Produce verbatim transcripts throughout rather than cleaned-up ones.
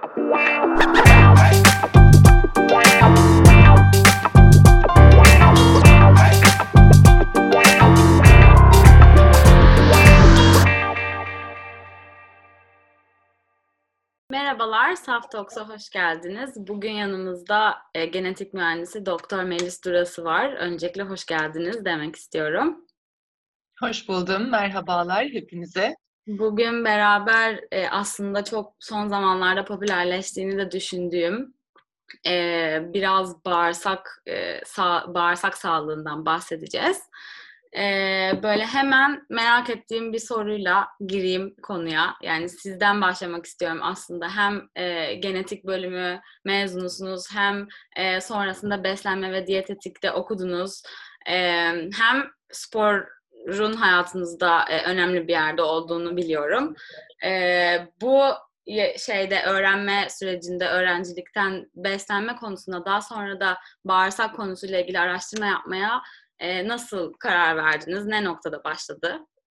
Merhabalar, Saf Talks'a hoş geldiniz. Bugün yanımızda e, genetik mühendisi Doktor Melis Durası var. Öncelikle hoş geldiniz demek istiyorum. Hoş buldum, merhabalar hepinize. Bugün beraber e, aslında çok son zamanlarda popülerleştiğini de düşündüğüm e, biraz bağırsak e, sağ, bağırsak sağlığından bahsedeceğiz. E, böyle hemen merak ettiğim bir soruyla gireyim konuya. Yani sizden başlamak istiyorum aslında. Hem e, genetik bölümü mezunusunuz, hem e, sonrasında beslenme ve diyetetikte okudunuz. E, hem sporun hayatınızda e, önemli bir yerde olduğunu biliyorum. E, bu şeyde öğrenme sürecinde öğrencilikten beslenme konusunda daha sonra da bağırsak konusuyla ilgili araştırma yapmaya e, nasıl karar verdiniz? Ne noktada başladı?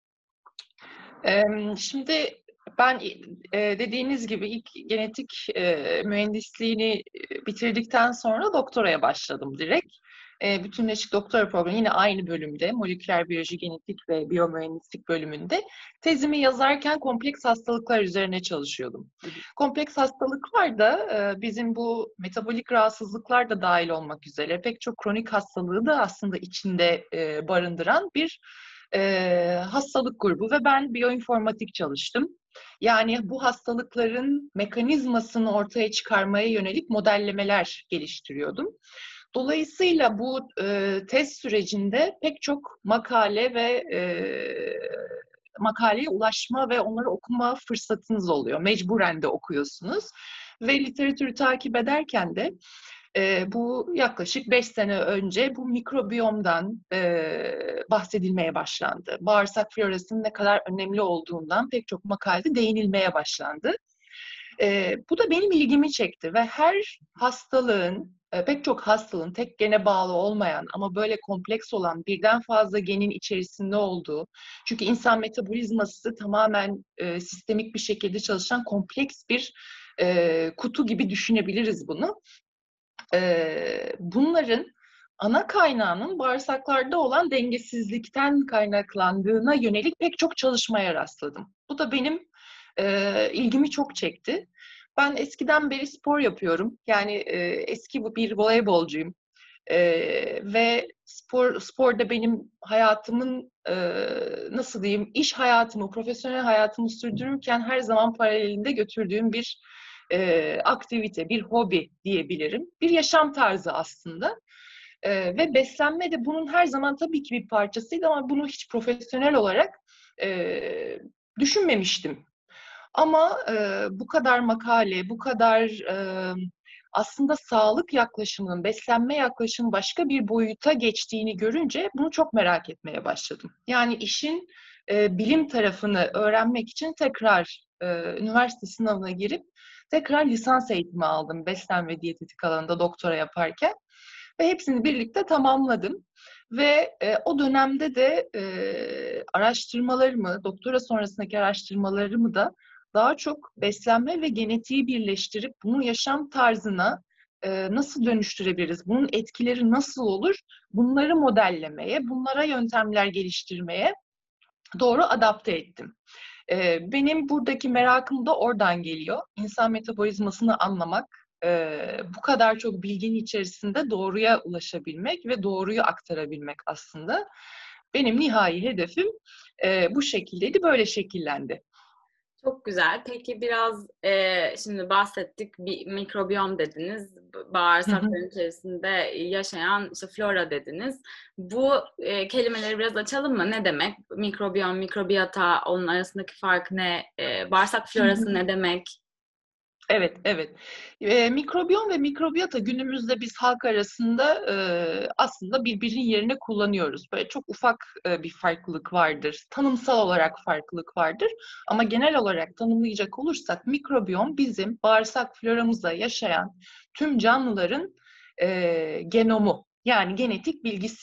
Şimdi ben dediğiniz gibi ilk genetik mühendisliğini bitirdikten sonra doktoraya başladım direkt. Bütünleşik doktora programı yine aynı bölümde, moleküler biyoloji, genetik ve biyomühendislik bölümünde tezimi yazarken kompleks hastalıklar üzerine çalışıyordum. Kompleks hastalıklar da bizim bu metabolik rahatsızlıklar da dahil olmak üzere pek çok kronik hastalığı da aslında içinde barındıran bir e, hastalık grubu ve ben biyoinformatik çalıştım. Yani bu hastalıkların mekanizmasını ortaya çıkarmaya yönelik modellemeler geliştiriyordum. Dolayısıyla bu e, tez sürecinde pek çok makale ve e, makaleye ulaşma ve onları okuma fırsatınız oluyor. Mecburen de okuyorsunuz. Ve literatürü takip ederken de e, bu yaklaşık beş sene önce bu mikrobiyomdan e, bahsedilmeye başlandı. Bağırsak florasının ne kadar önemli olduğundan pek çok makalede değinilmeye başlandı. E, bu da benim ilgimi çekti ve her hastalığın, e, pek çok hastalığın tek gene bağlı olmayan ama böyle kompleks olan birden fazla genin içerisinde olduğu, çünkü insan metabolizması tamamen e, sistemik bir şekilde çalışan kompleks bir e, kutu gibi düşünebiliriz bunu. E, bunların ana kaynağının bağırsaklarda olan dengesizlikten kaynaklandığına yönelik pek çok çalışmaya rastladım. Bu da benim e, ilgimi çok çekti. Ben eskiden beri spor yapıyorum. Yani e, eski bir voleybolcuyum. E, ve spor sporda benim hayatımın e, nasıl diyeyim, iş hayatımı, profesyonel hayatımı sürdürürken her zaman paralelinde götürdüğüm bir e, aktivite, bir hobi diyebilirim. Bir yaşam tarzı aslında. E, ve beslenme de bunun her zaman tabii ki bir parçasıydı ama bunu hiç profesyonel olarak e, düşünmemiştim. Ama e, bu kadar makale, bu kadar e, aslında sağlık yaklaşımının, beslenme yaklaşımının başka bir boyuta geçtiğini görünce bunu çok merak etmeye başladım. Yani işin e, bilim tarafını öğrenmek için tekrar e, üniversite sınavına girip tekrar lisans eğitimi aldım beslenme ve diyetetik alanında doktora yaparken. Ve hepsini birlikte tamamladım. Ve e, o dönemde de e, araştırmalarımı, doktora sonrasındaki araştırmalarımı da daha çok beslenme ve genetiği birleştirip bunu yaşam tarzına e, nasıl dönüştürebiliriz, bunun etkileri nasıl olur, bunları modellemeye, bunlara yöntemler geliştirmeye doğru adapte ettim. E, benim buradaki merakım da oradan geliyor. İnsan metabolizmasını anlamak, e, bu kadar çok bilginin içerisinde doğruya ulaşabilmek ve doğruyu aktarabilmek aslında. Benim nihai hedefim e, bu şekildeydi, böyle şekillendi. Çok güzel. Peki biraz e, şimdi bahsettik, bir mikrobiyom dediniz, bağırsakların içerisinde yaşayan işte flora dediniz. Bu e, kelimeleri biraz açalım mı? Ne demek? Mikrobiyom, mikrobiyata, onun arasındaki fark ne? E, bağırsak florası ne demek? Evet, evet. E, mikrobiyom ve mikrobiyata günümüzde biz halk arasında e, aslında birbirinin yerine kullanıyoruz. Böyle çok ufak e, bir farklılık vardır. Tanımsal olarak farklılık vardır. Ama genel olarak tanımlayacak olursak mikrobiyom bizim bağırsak floramızda yaşayan tüm canlıların e, genomu. Yani genetik bilgisi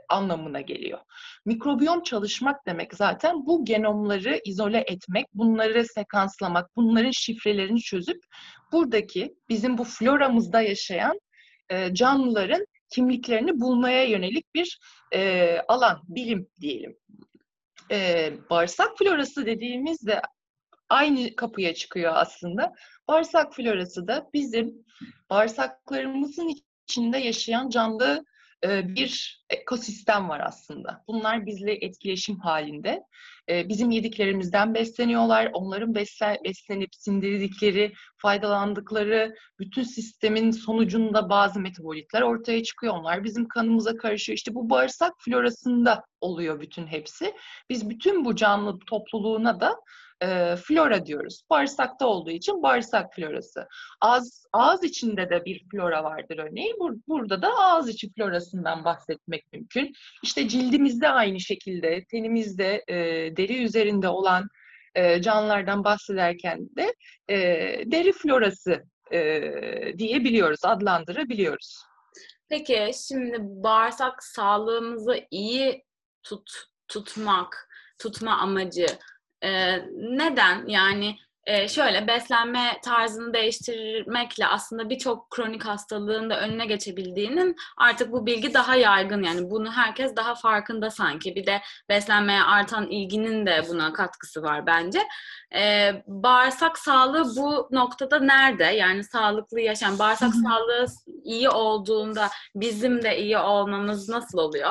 anlamına geliyor. Mikrobiyom çalışmak demek zaten bu genomları izole etmek, bunları sekanslamak, bunların şifrelerini çözüp buradaki bizim bu floramızda yaşayan e, canlıların kimliklerini bulmaya yönelik bir e, alan, bilim diyelim. E, bağırsak florası dediğimizde aynı kapıya çıkıyor aslında. Bağırsak florası da bizim bağırsaklarımızın içinde yaşayan canlı e, bir ekosistem var aslında. Bunlar bizle etkileşim halinde. E, bizim yediklerimizden besleniyorlar. Onların beslen, beslenip sindirdikleri, faydalandıkları bütün sistemin sonucunda bazı metabolitler ortaya çıkıyor. Onlar bizim kanımıza karışıyor. İşte bu bağırsak florasında oluyor bütün hepsi. Biz bütün bu canlı topluluğuna da e, flora diyoruz. Bağırsakta olduğu için bağırsak florası. Ağız, ağız içinde de bir flora vardır örneğin. Bur- burada da ağız içi florasından bahsetmek mümkün. İşte cildimizde aynı şekilde, tenimizde, e, deri üzerinde olan e, canlılardan bahsederken de e, deri florası e, diyebiliyoruz, adlandırabiliyoruz. Peki şimdi bağırsak sağlığımızı iyi tut, tutmak, tutma amacı e, neden? Yani e, şöyle beslenme tarzını değiştirmekle aslında birçok kronik hastalığın da önüne geçebildiğinin artık bu bilgi daha yaygın. Yani bunu herkes daha farkında sanki. Bir de beslenmeye artan ilginin de buna katkısı var bence. E, bağırsak sağlığı bu noktada nerede? Yani sağlıklı yaşam, bağırsak sağlığı iyi olduğunda bizim de iyi olmamız nasıl oluyor?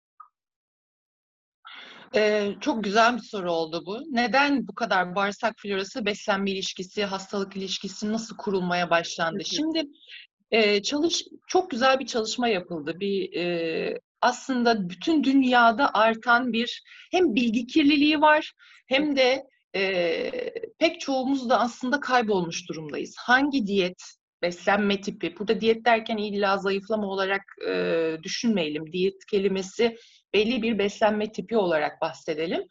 Ee, çok güzel bir soru oldu bu. Neden bu kadar bağırsak florası, beslenme ilişkisi, hastalık ilişkisi nasıl kurulmaya başlandı? Şimdi e, çalış çok güzel bir çalışma yapıldı. Bir e, aslında bütün dünyada artan bir hem bilgi kirliliği var hem de e, pek çoğumuz da aslında kaybolmuş durumdayız. Hangi diyet, beslenme tipi, burada diyet derken illa zayıflama olarak e, düşünmeyelim. Diyet kelimesi belli bir beslenme tipi olarak bahsedelim.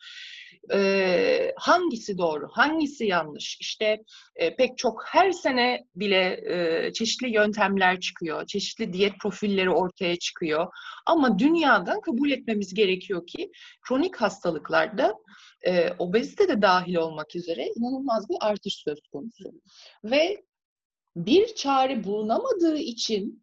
Ee, hangisi doğru, hangisi yanlış? İşte e, pek çok her sene bile e, çeşitli yöntemler çıkıyor, çeşitli diyet profilleri ortaya çıkıyor. Ama dünyada kabul etmemiz gerekiyor ki kronik hastalıklarda e, obezite de dahil olmak üzere inanılmaz bir artış söz konusu. Ve bir çare bulunamadığı için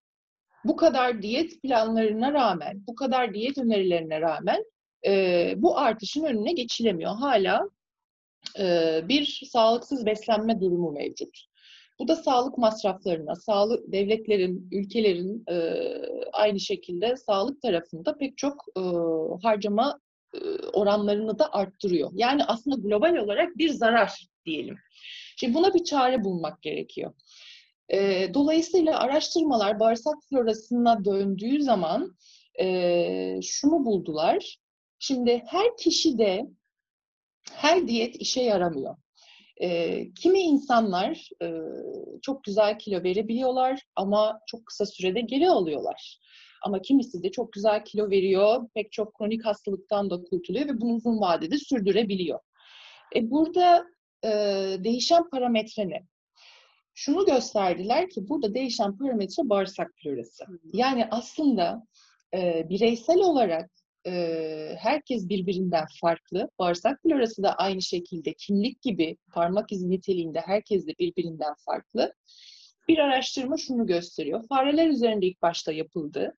bu kadar diyet planlarına rağmen, bu kadar diyet önerilerine rağmen e, bu artışın önüne geçilemiyor. Hala e, bir sağlıksız beslenme durumu mevcut. Bu da sağlık masraflarına, sağlık devletlerin, ülkelerin e, aynı şekilde sağlık tarafında pek çok e, harcama e, oranlarını da arttırıyor. Yani aslında global olarak bir zarar diyelim. Şimdi buna bir çare bulmak gerekiyor. E, dolayısıyla araştırmalar bağırsak florasına döndüğü zaman e, şunu buldular. Şimdi her kişide her diyet işe yaramıyor. E, kimi insanlar e, çok güzel kilo verebiliyorlar ama çok kısa sürede geri alıyorlar. Ama kimisi de çok güzel kilo veriyor, pek çok kronik hastalıktan da kurtuluyor ve bunu uzun vadede sürdürebiliyor. E, burada e, değişen parametre ne? Şunu gösterdiler ki burada değişen parametre bağırsak florası. Yani aslında e, bireysel olarak e, herkes birbirinden farklı. Bağırsak florası da aynı şekilde kimlik gibi parmak izi niteliğinde herkes de birbirinden farklı. Bir araştırma şunu gösteriyor. Fareler üzerinde ilk başta yapıldı.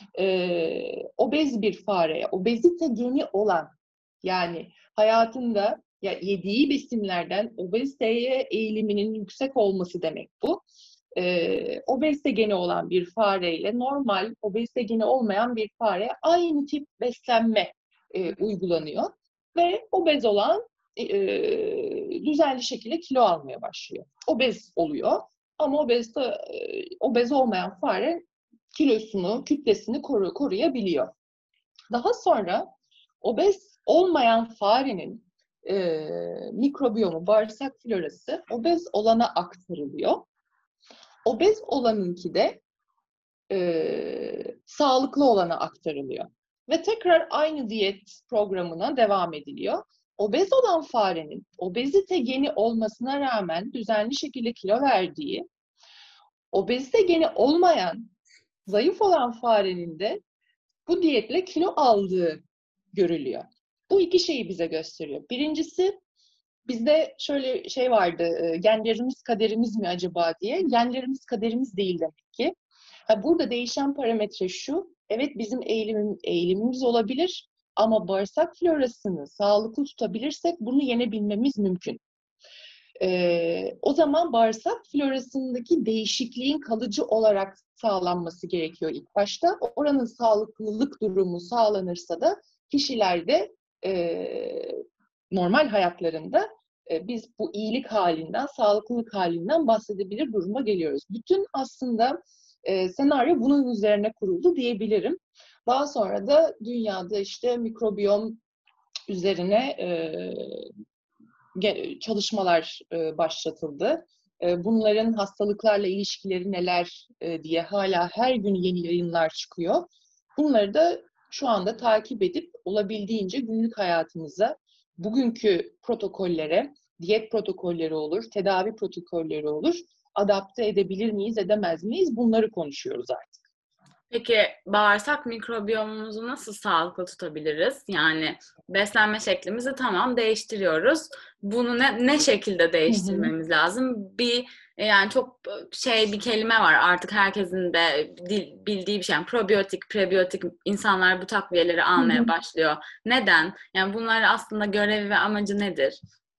E, obez bir fareye, obezite geni olan yani hayatında ya yediği besinlerden obeziteye eğiliminin yüksek olması demek bu. Ee, obezite geni olan bir fareyle normal obezite geni olmayan bir fare aynı tip beslenme e, uygulanıyor ve obez olan e, düzenli şekilde kilo almaya başlıyor. Obez oluyor ama obezite, e, obez olmayan fare kilosunu, kütlesini koru, koruyabiliyor. Daha sonra obez olmayan farenin e, mikrobiyomu, bağırsak florası obez olana aktarılıyor. Obez olanınki de e, sağlıklı olana aktarılıyor. Ve tekrar aynı diyet programına devam ediliyor. Obez olan farenin obezite geni olmasına rağmen düzenli şekilde kilo verdiği, obezite geni olmayan, zayıf olan farenin de bu diyetle kilo aldığı görülüyor. Bu iki şeyi bize gösteriyor. Birincisi, bizde şöyle şey vardı, genlerimiz kaderimiz mi acaba diye. Genlerimiz kaderimiz değil demek ki. Ha, burada değişen parametre şu, evet bizim eğilimim, eğilimimiz olabilir ama bağırsak florasını sağlıklı tutabilirsek bunu yenebilmemiz mümkün. Ee, o zaman bağırsak florasındaki değişikliğin kalıcı olarak sağlanması gerekiyor ilk başta. Oranın sağlıklılık durumu sağlanırsa da kişilerde e, normal hayatlarında e, biz bu iyilik halinden, sağlıklılık halinden bahsedebilir duruma geliyoruz. Bütün aslında e, senaryo bunun üzerine kuruldu diyebilirim. Daha sonra da dünyada işte mikrobiyom üzerine e, çalışmalar e, başlatıldı. E, bunların hastalıklarla ilişkileri neler e, diye hala her gün yeni yayınlar çıkıyor. Bunları da şu anda takip edip olabildiğince günlük hayatımıza, bugünkü protokollere, diyet protokolleri olur, tedavi protokolleri olur, adapte edebilir miyiz, edemez miyiz? Bunları konuşuyoruz artık. Peki bağırsak mikrobiyomumuzu nasıl sağlıklı tutabiliriz? Yani beslenme şeklimizi tamam değiştiriyoruz. Bunu ne, ne şekilde değiştirmemiz lazım? Bir yani çok şey bir kelime var artık herkesin de bildiği bir şey. Yani probiyotik, prebiyotik insanlar bu takviyeleri almaya başlıyor. Neden? Yani bunlar aslında görevi ve amacı nedir?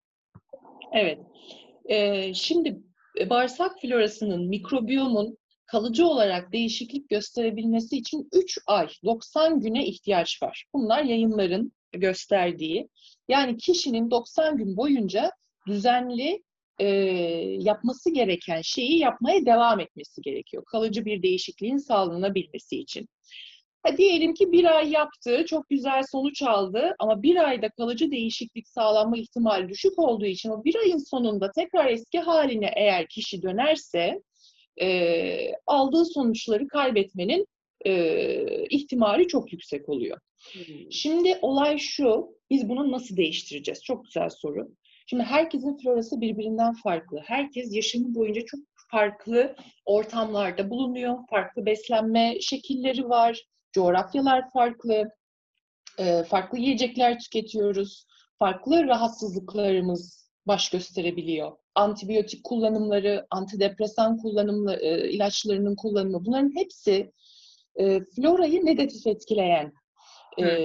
Evet. Ee, şimdi bağırsak florasının, mikrobiyomun kalıcı olarak değişiklik gösterebilmesi için üç ay, doksan güne ihtiyaç var. Bunlar yayınların gösterdiği. Yani kişinin doksan gün boyunca düzenli e, yapması gereken şeyi yapmaya devam etmesi gerekiyor. Kalıcı bir değişikliğin sağlanabilmesi için. Ha, diyelim ki bir ay yaptı, çok güzel sonuç aldı ama bir ayda kalıcı değişiklik sağlanma ihtimali düşük olduğu için o bir ayın sonunda tekrar eski haline eğer kişi dönerse e, aldığı sonuçları kaybetmenin e, ihtimali çok yüksek oluyor. Hmm. Şimdi olay şu, biz bunu nasıl değiştireceğiz? Çok güzel soru. Şimdi herkesin florası birbirinden farklı. Herkes yaşamı boyunca çok farklı ortamlarda bulunuyor. Farklı beslenme şekilleri var. Coğrafyalar farklı. E, farklı yiyecekler tüketiyoruz. Farklı rahatsızlıklarımız baş gösterebiliyor. Antibiyotik kullanımları, antidepresan kullanımı, e, ilaçlarının kullanımı, bunların hepsi e, florayı negatif etkileyen e,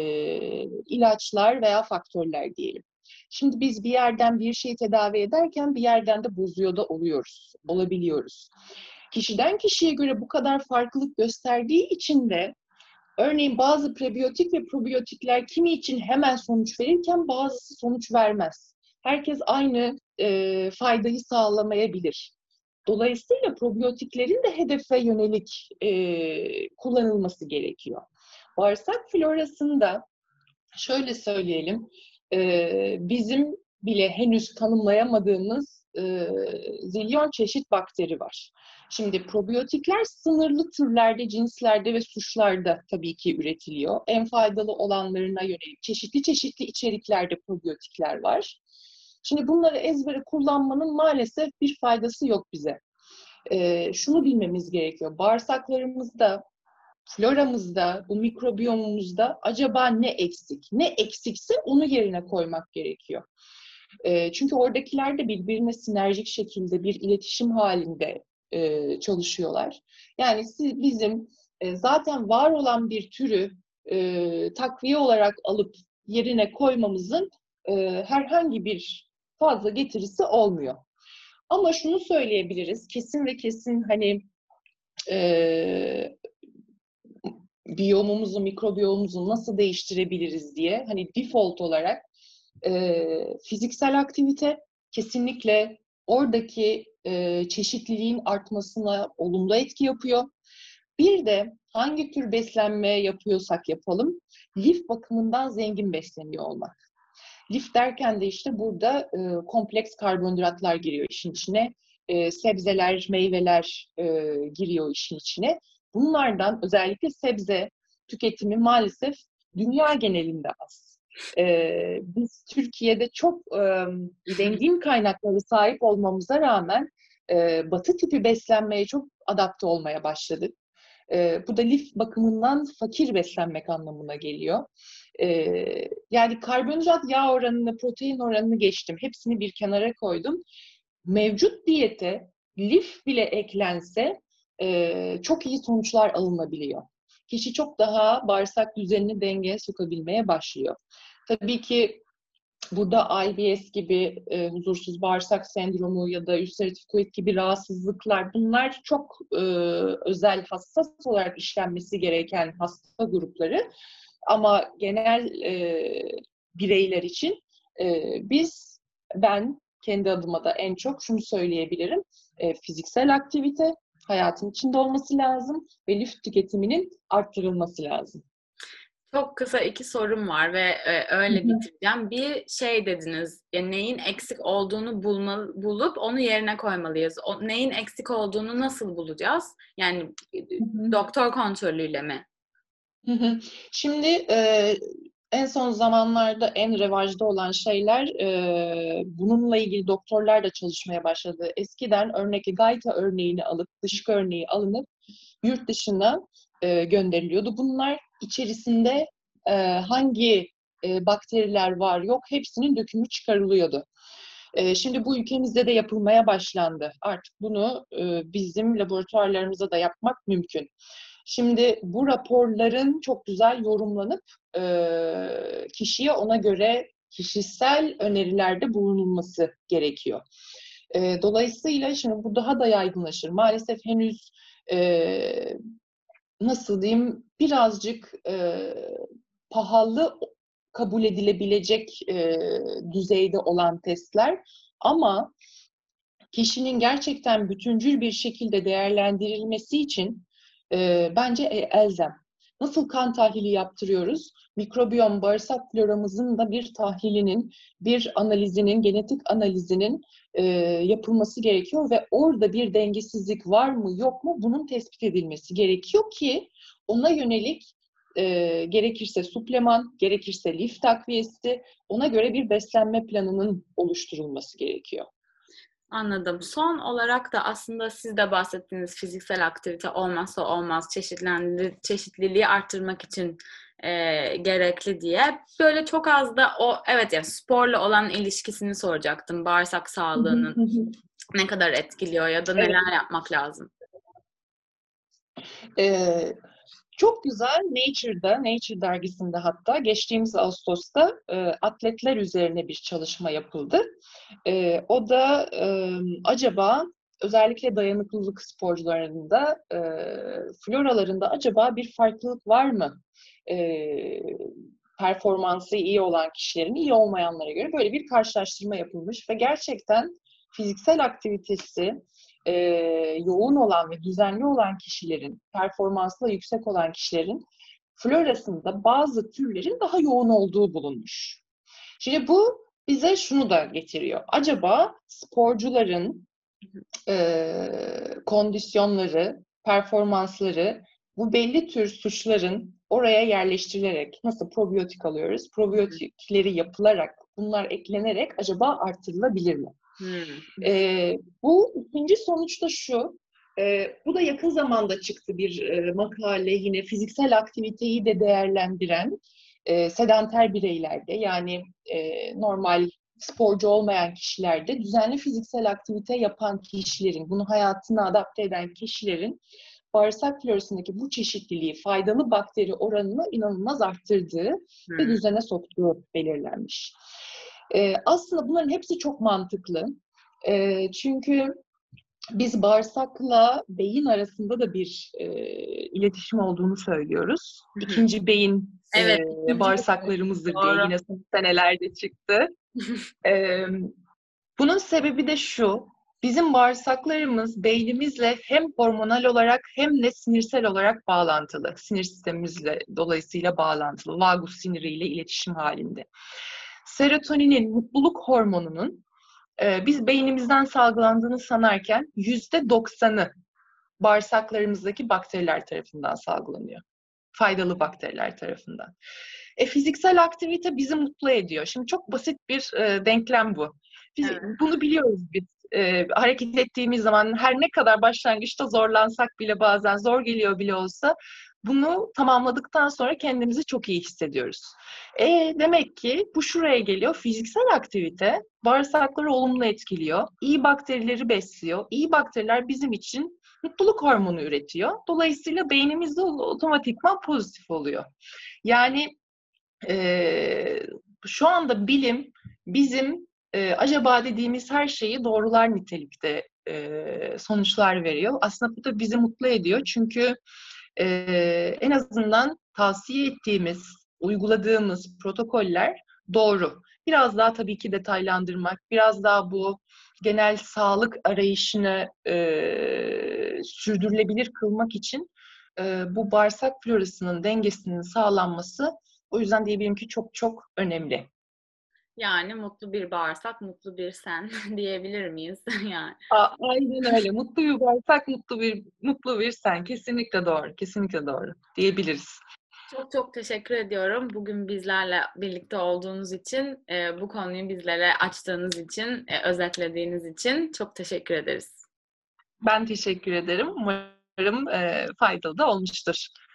ilaçlar veya faktörler diyelim. Şimdi biz bir yerden bir şeyi tedavi ederken bir yerden de bozuyor da oluyoruz, olabiliyoruz. Kişiden kişiye göre bu kadar farklılık gösterdiği için de örneğin bazı prebiyotik ve probiyotikler kimi için hemen sonuç verirken bazısı sonuç vermez. Herkes aynı e, faydayı sağlamayabilir. Dolayısıyla probiyotiklerin de hedefe yönelik e, kullanılması gerekiyor. Bağırsak florasında şöyle söyleyelim, e, bizim bile henüz tanımlayamadığımız e, zilyon çeşit bakteri var. Şimdi probiyotikler sınırlı türlerde, cinslerde ve suçlarda tabii ki üretiliyor. En faydalı olanlarına yönelik çeşitli çeşitli içeriklerde probiyotikler var. Şimdi bunları ezbere kullanmanın maalesef bir faydası yok bize. Ee, şunu bilmemiz gerekiyor. Bağırsaklarımızda, floramızda, bu mikrobiyomumuzda acaba ne eksik? Ne eksikse onu yerine koymak gerekiyor. E, çünkü oradakiler de birbirine sinerjik şekilde bir iletişim halinde e, çalışıyorlar. Yani siz, bizim e, zaten var olan bir türü e, takviye olarak alıp yerine koymamızın e, herhangi bir fazla getirisi olmuyor. Ama şunu söyleyebiliriz, kesin ve kesin hani e, biyomumuzu, mikrobiyomumuzu nasıl değiştirebiliriz diye hani default olarak e, fiziksel aktivite kesinlikle oradaki e, çeşitliliğin artmasına olumlu etki yapıyor. Bir de hangi tür beslenme yapıyorsak yapalım, lif bakımından zengin besleniyor olmak. Lif derken de işte burada e, kompleks karbonhidratlar giriyor işin içine. E, sebzeler, meyveler e, giriyor işin içine. Bunlardan özellikle sebze tüketimi maalesef dünya genelinde az. E, biz Türkiye'de çok e, zengin kaynaklara sahip olmamıza rağmen e, batı tipi beslenmeye çok adapte olmaya başladık. E, bu da lif bakımından fakir beslenmek anlamına geliyor. E, yani karbonhidrat, yağ oranını, protein oranını geçtim. Hepsini bir kenara koydum. Mevcut diyete lif bile eklense e, çok iyi sonuçlar alınabiliyor. Kişi çok daha bağırsak düzenini dengeye sokabilmeye başlıyor. Tabii ki burada I B S gibi e, huzursuz bağırsak sendromu ya da ülseratif kolit gibi rahatsızlıklar, bunlar çok e, özel, hassas olarak işlenmesi gereken hasta grupları. Ama genel e, bireyler için e, biz, ben kendi adıma da en çok şunu söyleyebilirim. E, fiziksel aktivite hayatın içinde olması lazım ve lif tüketiminin arttırılması lazım. Çok kısa iki sorum var ve e, öyle bitireceğim. Bir şey dediniz, ya neyin eksik olduğunu bulma, bulup onu yerine koymalıyız. O, neyin eksik olduğunu nasıl bulacağız? Yani doktor kontrolüyle mi? Şimdi e, en son zamanlarda en revaçta olan şeyler, e, bununla ilgili doktorlar da çalışmaya başladı. Eskiden örnek gayta örneğini alıp, dışkı örneği alınıp yurt dışına e, gönderiliyordu. Bunlar içerisinde e, hangi e, bakteriler var yok hepsinin dökümü çıkarılıyordu. E, şimdi bu ülkemizde de yapılmaya başlandı. Artık bunu e, bizim laboratuvarlarımızda da yapmak mümkün. Şimdi bu raporların çok güzel yorumlanıp e, kişiye ona göre kişisel önerilerde bulunulması gerekiyor. E, dolayısıyla şimdi bu daha da yaygınlaşır. Maalesef henüz e, nasıl diyeyim, birazcık e, pahalı kabul edilebilecek e, düzeyde olan testler, ama kişinin gerçekten bütüncül bir şekilde değerlendirilmesi için e, bence elzem. Nasıl kan tahlili yaptırıyoruz? Mikrobiyom, bağırsak floramızın da bir tahlilinin, bir analizinin, genetik analizinin e, yapılması gerekiyor ve orada bir dengesizlik var mı yok mu bunun tespit edilmesi gerekiyor ki ona yönelik e, gerekirse supleman, gerekirse lif takviyesi, ona göre bir beslenme planının oluşturulması gerekiyor. Anladım. Son olarak da aslında siz de bahsettiğiniz fiziksel aktivite olmazsa olmaz, çeşitlendi, çeşitliliği arttırmak için e, gerekli diye. Böyle çok az da o, evet, yani sporla olan ilişkisini soracaktım. Bağırsak sağlığının ne kadar etkiliyor ya da neler evet. yapmak lazım? Ee, çok güzel Nature'da, Nature dergisinde hatta geçtiğimiz Ağustos'ta e, atletler üzerine bir çalışma yapıldı. E, o da e, acaba özellikle dayanıklılık sporcularında e, floralarında acaba bir farklılık var mı? E, performansı iyi olan kişilerin iyi olmayanlara göre böyle bir karşılaştırma yapılmış ve gerçekten fiziksel aktivitesi e, yoğun olan ve düzenli olan kişilerin, performansla yüksek olan kişilerin florasında bazı türlerin daha yoğun olduğu bulunmuş. Şimdi bu bize şunu da getiriyor. Acaba sporcuların e, kondisyonları, performansları bu belli tür suçların oraya yerleştirilerek, nasıl probiyotik alıyoruz? Probiyotikleri yapılarak, bunlar eklenerek acaba artırılabilir mi? Hmm. E, bu ikinci sonuç da şu, e, bu da yakın zamanda çıktı bir e, makale, yine fiziksel aktiviteyi de değerlendiren e, sedanter bireylerde, yani e, normal sporcu olmayan kişilerde düzenli fiziksel aktivite yapan kişilerin, bunu hayatına adapte eden kişilerin bağırsak florasındaki bu çeşitliliği, faydalı bakteri oranını inanılmaz arttırdığı hmm. ve düzene soktuğu belirlenmiş. Ee, aslında bunların hepsi çok mantıklı. Ee, çünkü biz bağırsakla beyin arasında da bir e, iletişim olduğunu söylüyoruz. Hı-hı. İkinci beyin evet, e, bağırsaklarımızdır diye yine son senelerde çıktı. e, bunun sebebi de şu, bizim bağırsaklarımız beynimizle hem hormonal olarak hem de sinirsel olarak bağlantılı. Sinir sistemimizle dolayısıyla bağlantılı. Vagus siniriyle iletişim halinde. Serotoninin, mutluluk hormonunun e, biz beynimizden salgılandığını sanarken yüzde doksanı bağırsaklarımızdaki bakteriler tarafından salgılanıyor. Faydalı bakteriler tarafından. E, fiziksel aktivite bizi mutlu ediyor. Şimdi çok basit bir e, denklem bu. Biz, evet. Bunu biliyoruz biz. e, hareket ettiğimiz zaman her ne kadar başlangıçta zorlansak bile bazen zor geliyor bile olsa bunu tamamladıktan sonra kendimizi çok iyi hissediyoruz. E, demek ki bu şuraya geliyor. Fiziksel aktivite bağırsakları olumlu etkiliyor. İyi bakterileri besliyor. İyi bakteriler bizim için mutluluk hormonu üretiyor. Dolayısıyla beynimiz de otomatikman pozitif oluyor. Yani e, şu anda bilim bizim e, acaba dediğimiz her şeyi doğrular nitelikte e, sonuçlar veriyor. Aslında bu da bizi mutlu ediyor. Çünkü e, en azından tavsiye ettiğimiz, uyguladığımız protokoller doğru. Biraz daha tabii ki detaylandırmak, biraz daha bu genel sağlık arayışını e, sürdürülebilir kılmak için e, bu bağırsak florasının dengesinin sağlanması o yüzden diyebilirim ki çok çok önemli. Yani mutlu bir bağırsak, mutlu bir sen diyebilir miyiz? Yani. A- aynen öyle. Mutlu bir bağırsak, mutlu bir mutlu bir sen. Kesinlikle doğru. Kesinlikle doğru diyebiliriz. Çok çok teşekkür ediyorum. Bugün bizlerle birlikte olduğunuz için, e, bu konuyu bizlere açtığınız için, e, özetlediğiniz için çok teşekkür ederiz. Ben teşekkür ederim. Umarım e, faydalı da olmuştur.